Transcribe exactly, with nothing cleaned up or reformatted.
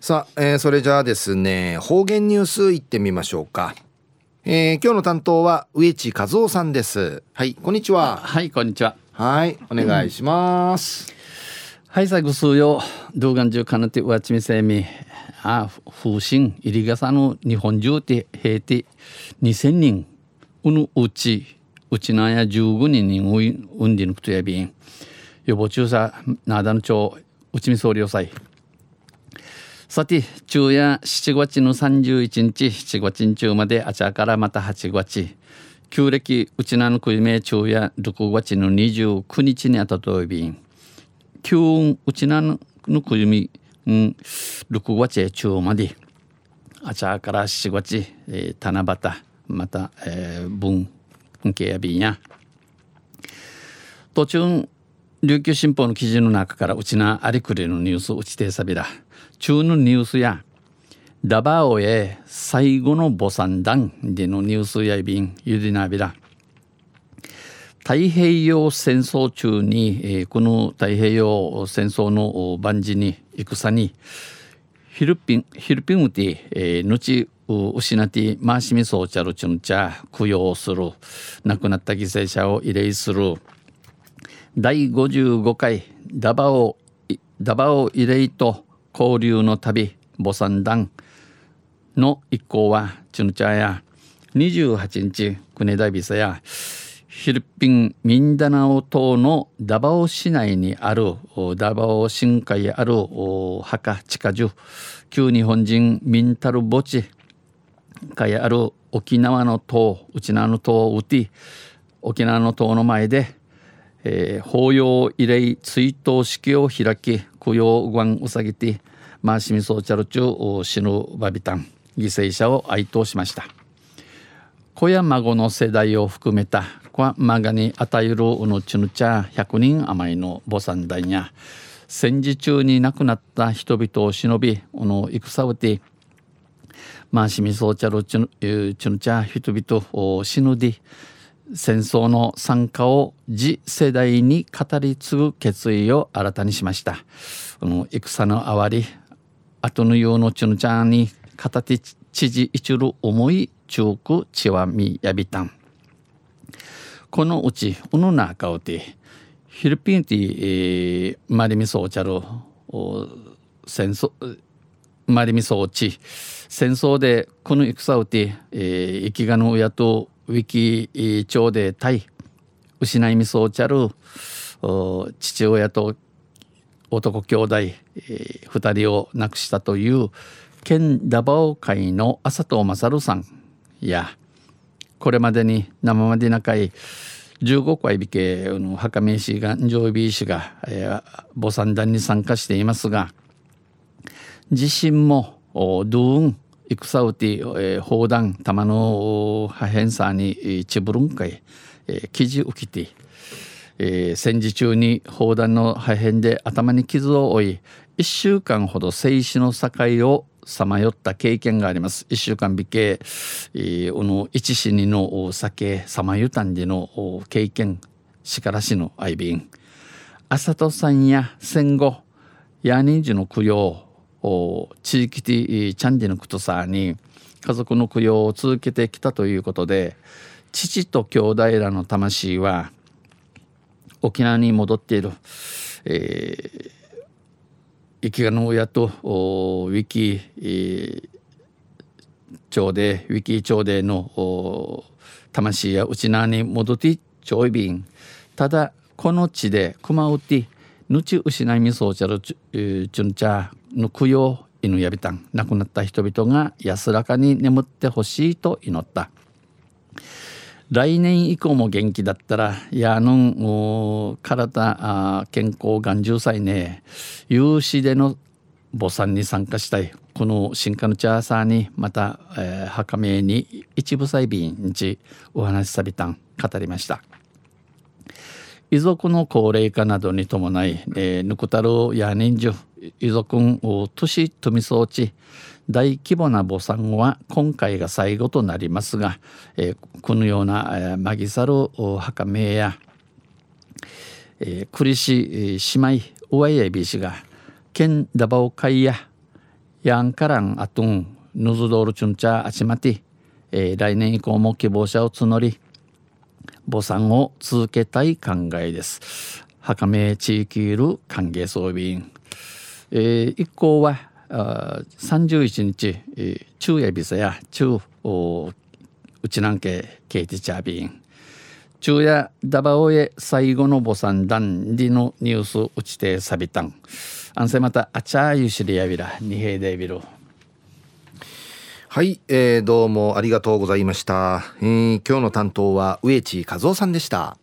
さあ、えー、それじゃあですね、方言ニュースいってみましょうか。えー、今日の担当は植地和夫さんです。はい、こんにちは。 はい、こんにちは。 はい、お願いします。 はい、最後数曜動画中かなてわちみせみあ風神入りがさの日本中で平てにせんにんうぬうちうちなやじゅうごにんにうんでぬくとやびん予防中さなだの町うちみ総領祭さて昼夜しちがつのさんじゅういちにちしちがつ中まであちゃからまたはちがつ旧暦うちなのくいめ昼夜ろくがつのにじゅうくにちにあたとやびん旧うちなのくいみうんろくがつ中まであちゃからしちがつ、えー、七夕また、えー、文系やびんや途中琉球新報の記事の中からうちなありくれのニュースうちてさびら中のニュースやダバオへ最後の母産団でのニュースやびんゆでなびら太平洋戦争中に、えー、この太平洋戦争の万事に戦にフィリピンフィリピンうて、えー、後失ってマーシミソーチャルチュンチャ供養する亡くなった犠牲者を慰霊するだいごじゅうごかいダバオダバオ慰霊と交流の旅母産団の一行はチュンチャやにじゅうはちにち国大ビサやフィリピンミンダナオ島のダバオ市内にあるダバオ深海ある墓地下樹旧日本人ミンタル墓地海ある沖縄の島内縄の島を打ち沖縄の島の前でえー、法要慰霊追悼式を開き供養관うさぎてマーシミソーチャル中死ぬバビタン犠牲者を哀悼しました。子や孫の世代を含めた子孫に与えるうぬちぬちゃひゃくにん余りの母産団や戦時中に亡くなった人々を忍びうぬ戦うてマーシミソーチャルチュチュヌチャ人々を死ぬで戦争の参加を次世代に語り継ぐ決意を新たにしました。この戦のあわり後のようのちゅぬちゃんに片手知事一る思い中くちわみやびたんこのうちうぬなかうてフィリピンティ、えー、マリミソーチャル戦争マリミソーチ戦争でこの戦うて、えー、生きがの親とウィキ町で対失いみそうちゃる父親と男兄弟、えー、ふたりを亡くしたという県ダバオ会の浅戸勝さんやこれまでに生までなかいじゅうごかいびけの墓名師が上位師が、えー、母産団に参加していますが自身もドゥーン戦うて、えー、砲弾弾の破片さにちぶるんかい、えー、記事受けて、えー、戦時中に砲弾の破片で頭に傷を負いいっしゅうかんほど生死の境をさまよった経験があります。いっしゅうかんびけ、えー、おの一死にの酒さまゆたんでの経験しからしの愛便浅戸さんや戦後ヤーニンジの供養地域的チャンディのことさに家族の供養を続けてきたということで父と兄弟らの魂は沖縄に戻っている、えー、生きがの親とウィキ、えー、町でウィキ町での魂や内縄に戻ってちょいびんただこの地で熊うてぬち失いみそうちゃるちゅんちゃの供養犬やびたん亡くなった人々が安らかに眠ってほしいと祈った来年以降も元気だったらやの体健康眼中祭ね有志での母産に参加したいこの新化のチャーサーにまた、えー、墓名に一部祭便にちお話しさびたん語りました遺族の高齢化などに伴い、えー、ぬくたるや人数遺族を年富装置大規模な母産は今回が最後となりますが、えー、このような、えー、マギサル墓名や、えー、クリシ姉妹上やびしが県ダバオ会ややんからんあとんぬずどるちゅんちゃあちまて、えー、来年以降も希望者を募り墓参を続けたい考えです。墓名地域いる歓迎装備員、えー、一行はさんじゅういちにち、えー、昼夜ビザや中うちなんけケイティチャービン昼夜ダバオへ最後の墓参団理のニュースうちてサビタンあんせまたあちゃーゆしりやびらにへいでびる。 はい、えー、どうもありがとうございました。えー、今日の担当は植地和夫さんでした。